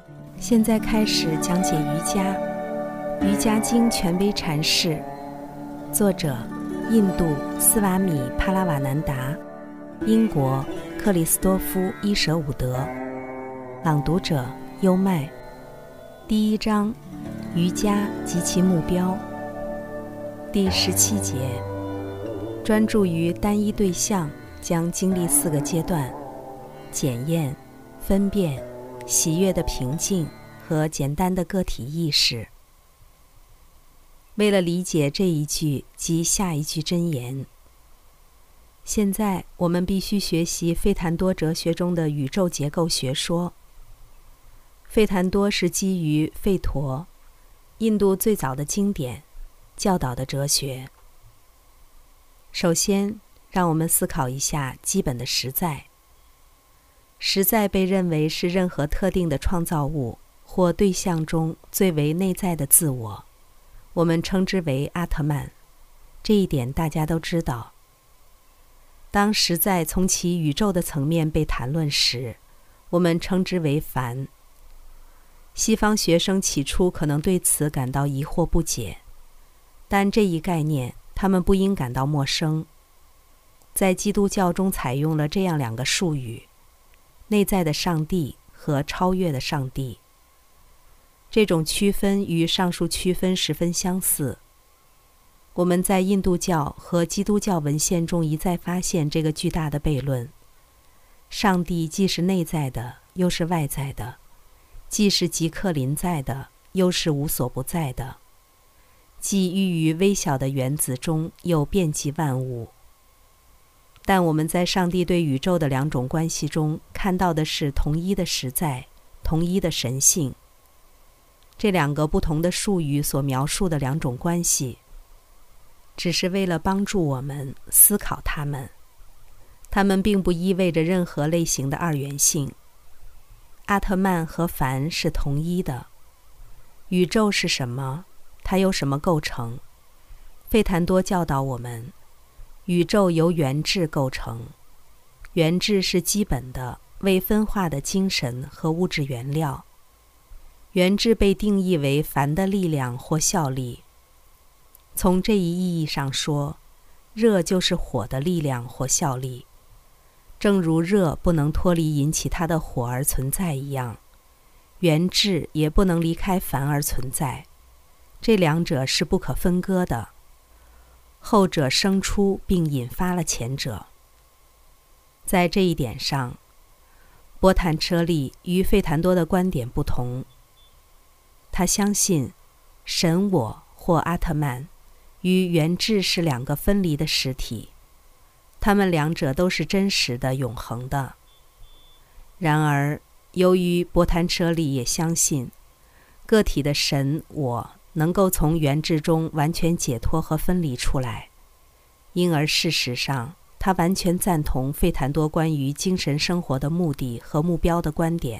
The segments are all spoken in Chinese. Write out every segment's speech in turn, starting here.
现在开始讲解瑜伽，瑜伽经权威阐释，作者印度斯瓦米帕拉瓦南达，英国克里斯多夫伊舍伍德，朗读者优麦。第一章，瑜伽及其目标。第17节，专注于单一对象将经历4个阶段：检验、分辨、喜悦的平静和简单的个体意识。为了理解这一句及下一句箴言，现在我们必须学习费檀多哲学中的宇宙结构学说。费檀多是基于吠陀，印度最早的经典教导的哲学。首先，让我们思考一下基本的实在。实在被认为是任何特定的创造物或对象中最为内在的自我，我们称之为阿特曼，这一点大家都知道。当实在从其宇宙的层面被谈论时，我们称之为梵。西方学生起初可能对此感到疑惑不解，但这一概念他们不应感到陌生。在基督教中采用了这样2个术语：内在的上帝和超越的上帝。这种区分与上述区分十分相似。我们在印度教和基督教文献中一再发现这个巨大的悖论：上帝既是内在的，又是外在的；既是即刻临在的，又是无所不在的；既寓于微小的原子中，又遍及万物。但我们在上帝对宇宙的2种关系中看到的是同一的实在，同一的神性。这2个不同的术语所描述的2种关系，只是为了帮助我们思考它们。它们并不意味着任何类型的二元性。阿特曼和梵是同一的。宇宙是什么？它由什么构成？费檀多教导我们，宇宙由原质构成。原质是基本的、未分化的精神和物质原料。原质被定义为梵的力量或效力。从这一意义上说，热就是火的力量或效力。正如热不能脱离引起它的火而存在一样，原质也不能离开梵而存在。这2者是不可分割的，后者生出并引发了前者。在这一点上，波坦车利与费檀多的观点不同。他相信神我或阿特曼与原质是2个分离的实体，它们2者都是真实的、永恒的。然而，由于波坦车利也相信个体的神我能够从原质中完全解脱和分离出来，因而事实上他完全赞同费檀多关于精神生活的目的和目标的观点。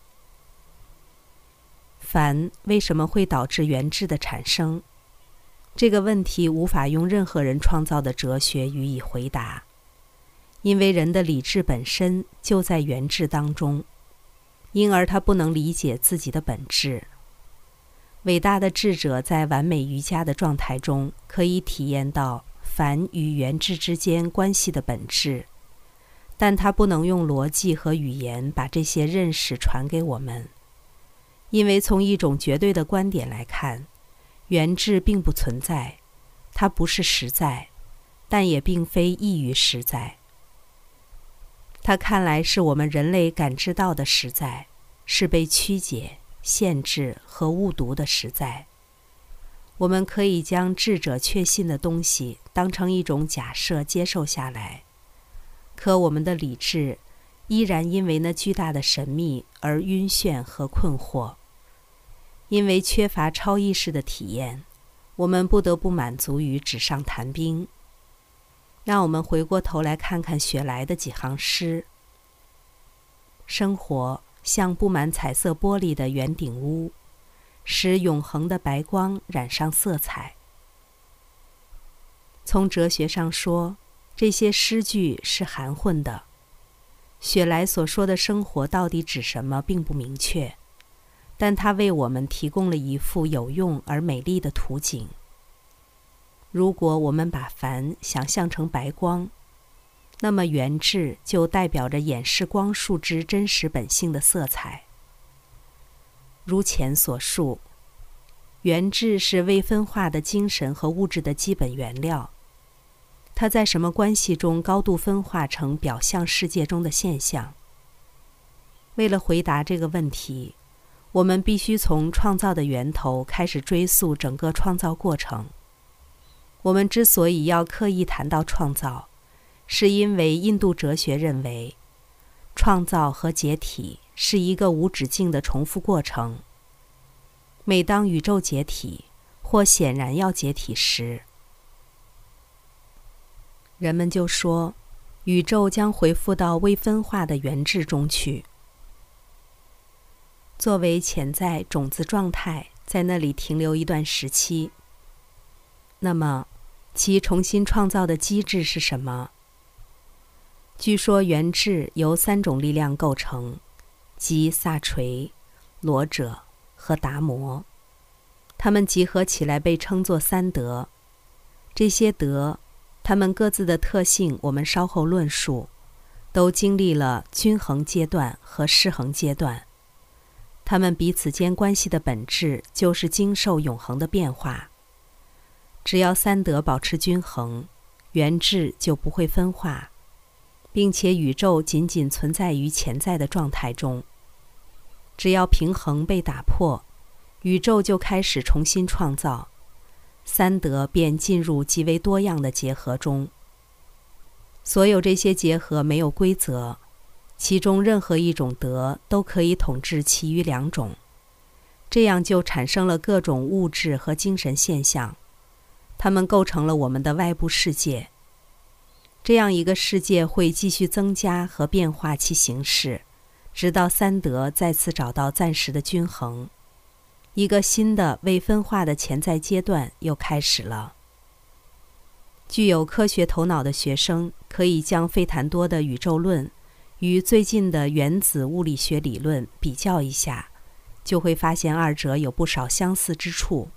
梵为什么会导致原质的产生？这个问题无法用任何人创造的哲学予以回答，因为人的理智本身就在原质当中，因而他不能理解自己的本质。伟大的智者在完美瑜伽的状态中可以体验到梵与原质之间关系的本质，但他不能用逻辑和语言把这些认识传给我们。因为从一种绝对的观点来看，原质并不存在，它不是实在，但也并非异于实在。它看来是我们人类感知到的实在，是被曲解、限制和误读的实在。我们可以将智者确信的东西当成一种假设接受下来，可我们的理智依然因为那巨大的神秘而晕眩和困惑。因为缺乏超意识的体验，我们不得不满足于纸上谈兵。让我们回过头来看看雪莱的几行诗。生活像布满彩色玻璃的圆顶屋，使永恒的白光染上色彩。从哲学上说，这些诗句是含混的。雪莱所说的生活到底指什么并不明确， 但它为我们提供了一幅有用而美丽的图景。如果我们把凡想象成白光，那么原质就代表着掩饰光束之真实本性的色彩。如前所述，原质是未分化的精神和物质的基本原料，它在什么关系中高度分化成表象世界中的现象？为了回答这个问题，我们必须从创造的源头开始追溯整个创造过程。我们之所以要刻意谈到创造，是因为印度哲学认为，创造和解体是一个无止境的重复过程。每当宇宙解体，或显然要解体时，人们就说，宇宙将回复到微分化的原质中去，作为潜在种子状态，在那里停留一段时期。那么，其重新创造的机制是什么？据说原质由3种力量构成，即萨垂、罗者和达摩。它们集合起来被称作三德。这些德，它们各自的特性我们稍后论述，都经历了均衡阶段和失衡阶段。它们彼此间关系的本质就是经受永恒的变化。只要三德保持均衡，原质就不会分化，并且宇宙仅仅存在于潜在的状态中。只要平衡被打破，宇宙就开始重新创造，三德便进入极为多样的结合中。所有这些结合没有规则，其中任何一种德都可以统治其余2种，这样就产生了各种物质和精神现象，它们构成了我们的外部世界。这样一个世界会继续增加和变化其形式，直到三德再次找到暂时的均衡。一个新的未分化的潜在阶段又开始了。具有科学头脑的学生可以将费坦多的宇宙论与最近的原子物理学理论比较一下，就会发现二者有不少相似之处。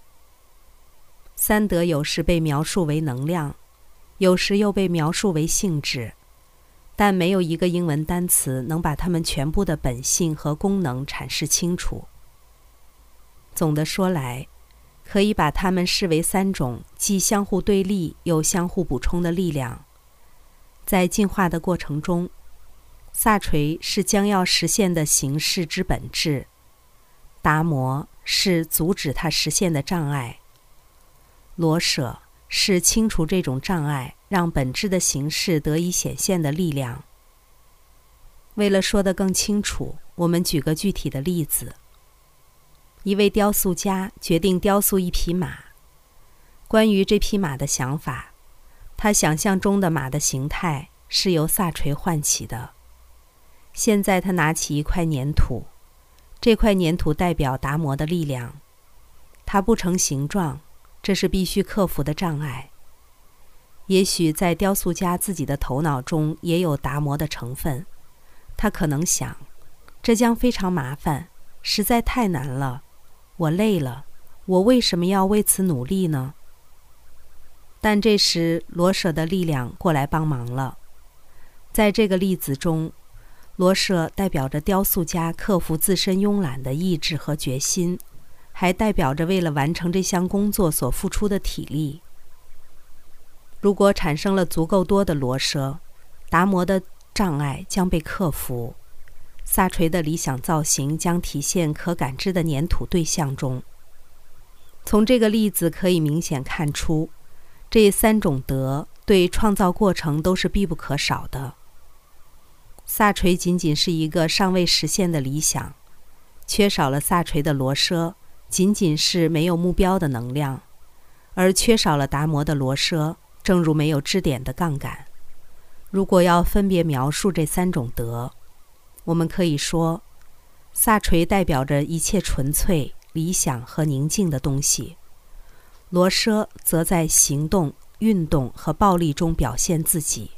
三德有时被描述为能量，有时又被描述为性质，但没有一个英文单词能把它们全部的本性和功能阐释清楚。总的说来，可以把它们视为3种既相互对立又相互补充的力量。在进化的过程中，萨垂是将要实现的形式之本质，达摩是阻止它实现的障碍，罗舍是清除这种障碍，让本质的形式得以显现的力量。为了说得更清楚，我们举个具体的例子。一位雕塑家决定雕塑一匹马。关于这匹马的想法，他想象中的马的形态是由萨垂唤起的。现在他拿起一块粘土，这块粘土代表达摩的力量。它不成形状，这是必须克服的障碍。也许在雕塑家自己的头脑中也有达摩的成分。他可能想，这将非常麻烦，实在太难了，我累了，我为什么要为此努力呢？但这时罗舍的力量过来帮忙了。在这个例子中，罗舍代表着雕塑家克服自身慵懒的意志和决心，还代表着为了完成这项工作所付出的体力。如果产生了足够多的罗舍，达摩的障碍将被克服，萨垂的理想造型将体现可感知的粘土对象中。从这个例子可以明显看出，这3种德对创造过程都是必不可少的。萨垂仅仅是一个尚未实现的理想，缺少了萨垂的罗舍，仅仅是没有目标的能量，而缺少了达摩的罗舍，正如没有支点的杠杆。如果要分别描述这3种德，我们可以说，萨垂代表着一切纯粹、理想和宁静的东西，罗舍则在行动、运动和暴力中表现自己，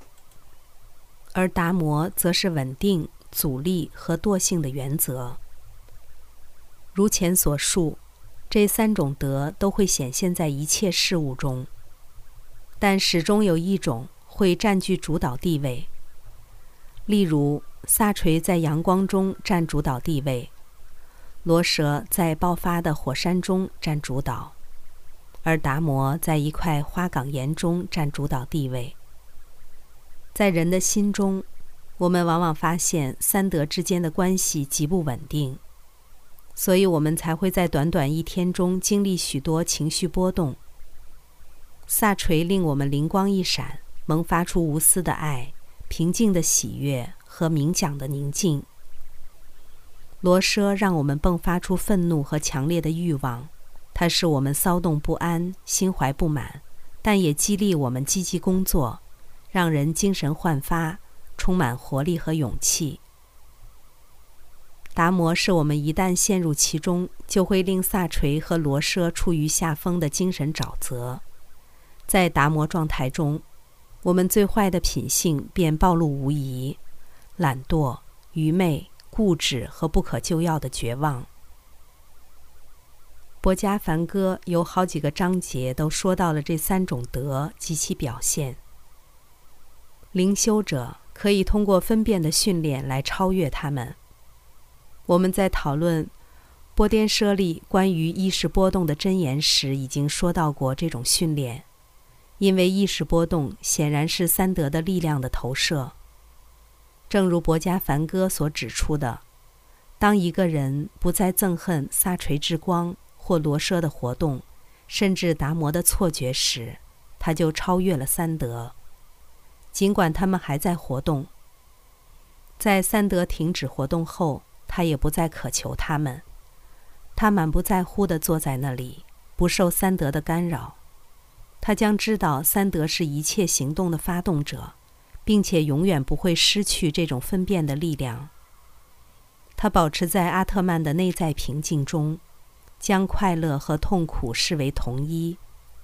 而达摩则是稳定、阻力和惰性的原则。 如前所述，这3种德都会显现在一切事物中，但始终有一种会占据主导地位。例如，萨垂在阳光中占主导地位，罗舍在爆发的火山中占主导，而达摩在一块花岗岩中占主导地位。在人的心中，我们往往发现3德之间的关系极不稳定，所以我们才会在短短1天中经历许多情绪波动。萨垂令我们灵光一闪，萌发出无私的爱、平静的喜悦和冥想的宁静。罗舍让我们迸发出愤怒和强烈的欲望，它使我们骚动不安、心怀不满，但也激励我们积极工作，让人精神焕发，充满活力和勇气。达摩是我们一旦陷入其中，就会令萨垂和罗舍处于下风的精神沼泽。在达摩状态中，我们最坏的品性便暴露无遗：懒惰、愚昧、固执和不可救药的绝望。薄伽梵歌有好几个章节都说到了这3种德及其表现。灵修者可以通过分辨的训练来超越它们。我们在讨论波颠舍利关于意识波动的箴言时已经说到过这种训练，因为意识波动显然是3德的力量的投射。正如薄伽梵歌所指出的，当一个人不再憎恨萨垂之光或罗舍的活动，甚至达摩的错觉时，他就超越了3德。尽管他们还在活动，在3德停止活动后，他也不再渴求他们。他满不在乎地坐在那里，不受3德的干扰。他将知道3德是一切行动的发动者，并且永远不会失去这种分辨的力量。他保持在阿特曼的内在平静中，将快乐和痛苦视为同一。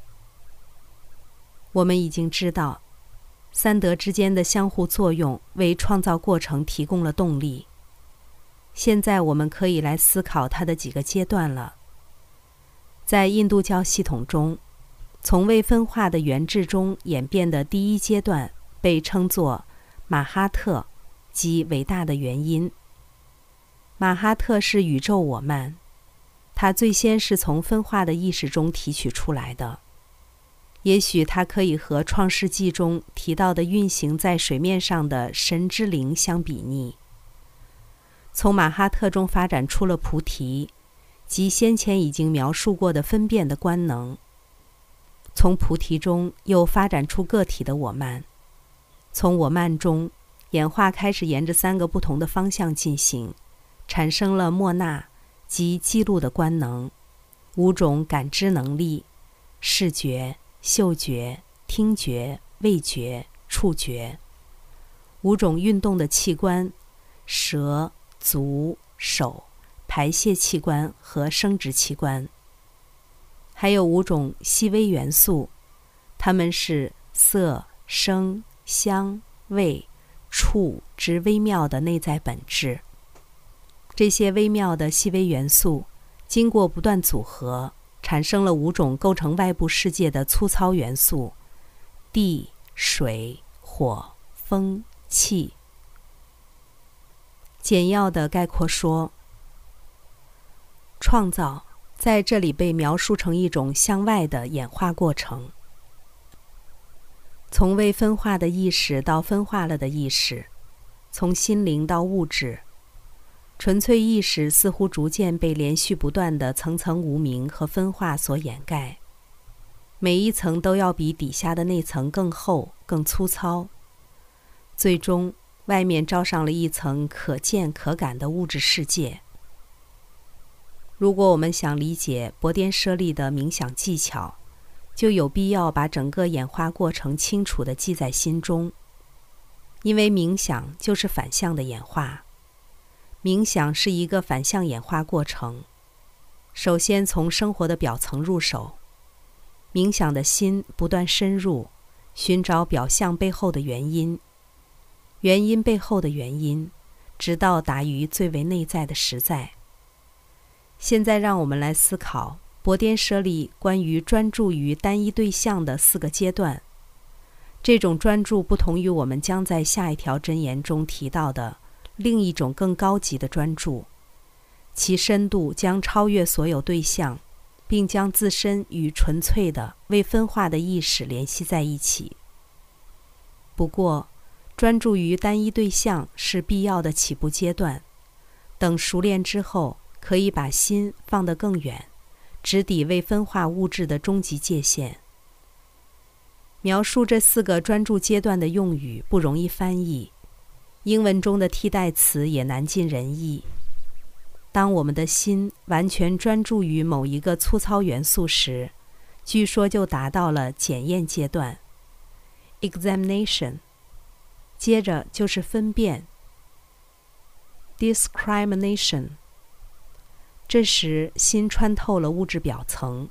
我们已经知道3德之间的相互作用为创造过程提供了动力。现在我们可以来思考它的几个阶段了。在印度教系统中，从未分化的原质中演变的第1阶段被称作马哈特，即伟大的原因。马哈特是宇宙我慢，它最先是从分化的意识中提取出来的。也许它可以和创世纪中提到的运行在水面上的神之灵相比拟。从马哈特中发展出了菩提，即先前已经描述过的分辨的官能。从菩提中又发展出个体的我慢，从我慢中演化开始沿着3个不同的方向进行，产生了莫那，即记录的官能，5种感知能力：视觉、嗅觉、听觉、味觉、触觉；5种运动的器官：舌、足、手、排泄器官和生殖器官。还有5种细微元素，它们是色、声、香、味、触之微妙的内在本质。这些微妙的细微元素经过不断组合，产生了5种构成外部世界的粗糙元素：地、水、火、风、气。简要的概括说，创造在这里被描述成一种向外的演化过程，从未分化的意识到分化了的意识，从心灵到物质。纯粹意识似乎逐渐被连续不断的层层无明和分化所掩盖，每一层都要比底下的那层更厚、更粗糙。最终，外面罩上了一层可见可感的物质世界。如果我们想理解薄颠舍利的冥想技巧，就有必要把整个演化过程清楚地记在心中，因为冥想就是反向的演化。冥想是一个反向演化过程，首先从生活的表层入手，冥想的心不断深入，寻找表象背后的原因，原因背后的原因，直到达于最为内在的实在。 现在让我们来思考博颠舍利关于专注于单一对象的4个阶段。这种专注不同于我们将在下一条箴言中提到的另一种更高级的专注，其深度将超越所有对象，并将自身与纯粹的未分化的意识联系在一起。不过，专注于单一对象是必要的起步阶段，等熟练之后，可以把心放得更远，直抵未分化物质的终极界限。描述这4个专注阶段的用语不容易翻译，英文中的替代词也难尽人意。当我们的心完全专注于某一个粗糙元素时，据说就达到了检验阶段 examination， 接着就是分辨 discrimination， 这时心穿透了物质表层，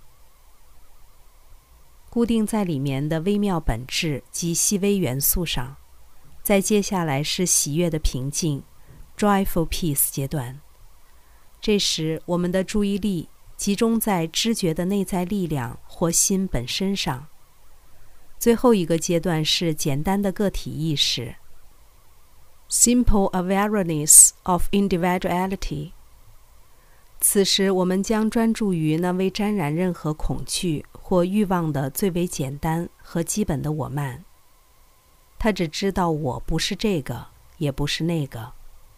固定在里面的微妙本质及细微元素上。再接下来是喜悦的平静 joyful peace 阶段，这时我们的注意力集中在知觉的内在力量或心本身上。最后一个阶段是简单的个体意识 simple awareness of individuality， 此时我们将专注于那未沾染任何恐惧或欲望的最为简单和基本的我慢。他只知道我不是这个，也不是那个。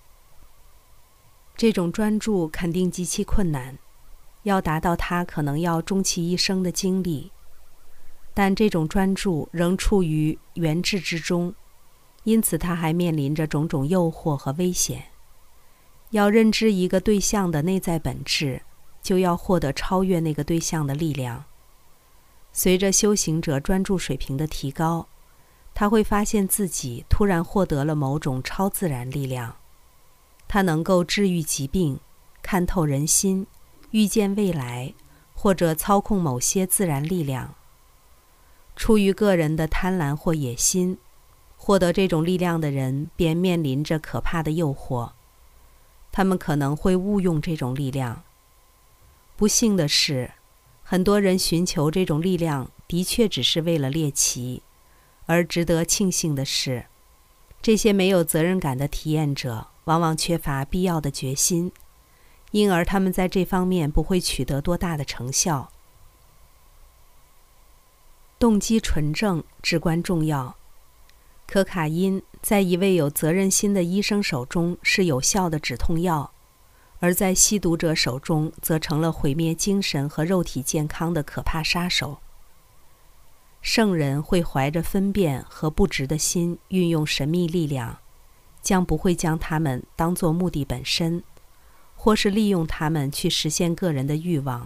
这种专注肯定极其困难，要达到它可能要终其一生的经历。但这种专注仍处于原质之中，因此它还面临着种种诱惑和危险。要认知一个对象的内在本质，就要获得超越那个对象的力量。随着修行者专注水平的提高，他会发现自己突然获得了某种超自然力量。他能够治愈疾病，看透人心，预见未来，或者操控某些自然力量。出于个人的贪婪或野心，获得这种力量的人便面临着可怕的诱惑。他们可能会误用这种力量。不幸的是，很多人寻求这种力量的确只是为了猎奇，而值得庆幸的是，这些没有责任感的体验者往往缺乏必要的决心，因而他们在这方面不会取得多大的成效。动机纯正至关重要。可卡因在一位有责任心的医生手中是有效的止痛药，而在吸毒者手中则成了毁灭精神和肉体健康的可怕杀手。圣人会怀着分辨和不执的心运用神秘力量，将不会将它们当作目的本身，或是利用它们去实现个人的欲望。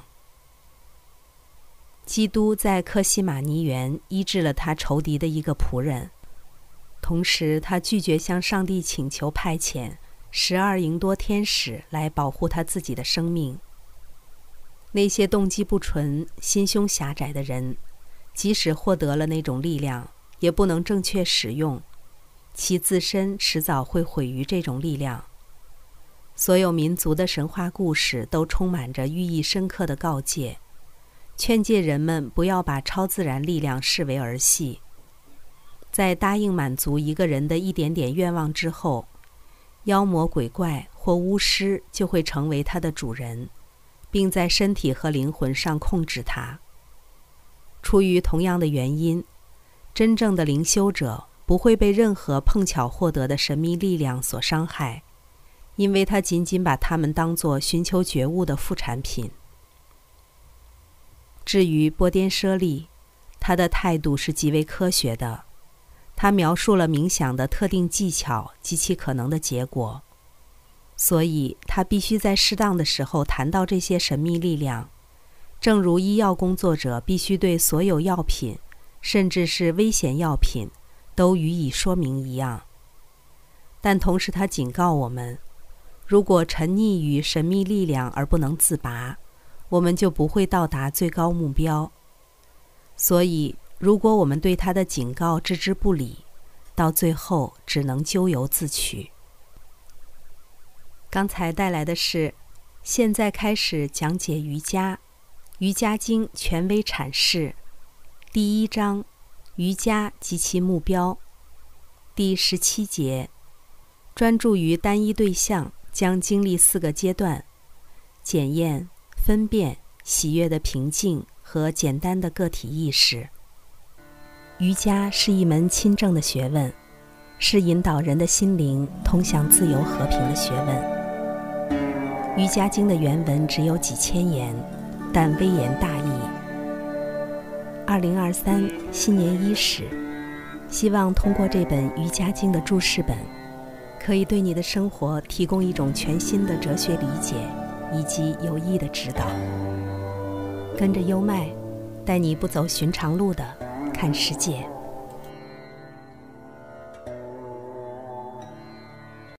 基督在克西马尼园医治了他仇敌的一个仆人，同时他拒绝向上帝请求派遣12营多天使来保护他自己的生命。那些动机不纯、心胸狭窄的人，即使获得了那种力量，也不能正确使用，其自身迟早会毁于这种力量。所有民族的神话故事都充满着寓意深刻的告诫，劝诫人们不要把超自然力量视为儿戏。在答应满足一个人的一点点愿望之后，妖魔鬼怪或巫师就会成为他的主人，并在身体和灵魂上控制他。出于同样的原因，真正的灵修者不会被任何碰巧获得的神秘力量所伤害，因为他仅仅把它们当作寻求觉悟的副产品。至于波颠舍利，他的态度是极为科学的。他描述了冥想的特定技巧及其可能的结果，所以他必须在适当的时候谈到这些神秘力量，正如医药工作者必须对所有药品，甚至是危险药品，都予以说明一样。但同时他警告我们，如果沉溺于神秘力量而不能自拔，我们就不会到达最高目标。所以如果我们对他的警告置之不理，到最后只能咎由自取。刚才带来的是现在开始讲解瑜伽，瑜伽经权威阐释。第一章，瑜伽及其目标。第17节，专注于单一对象，将经历4个阶段：检验、分辨、喜悦的平静和简单的个体意识。瑜伽是一门亲政的学问，是引导人的心灵通向自由和平的学问。瑜伽经的原文只有几千言，但微言大义。2023新年伊始，希望通过这本瑜伽经的注释本，可以对你的生活提供一种全新的哲学理解以及有益的指导。跟着优麦，带你不走寻常路的看世界。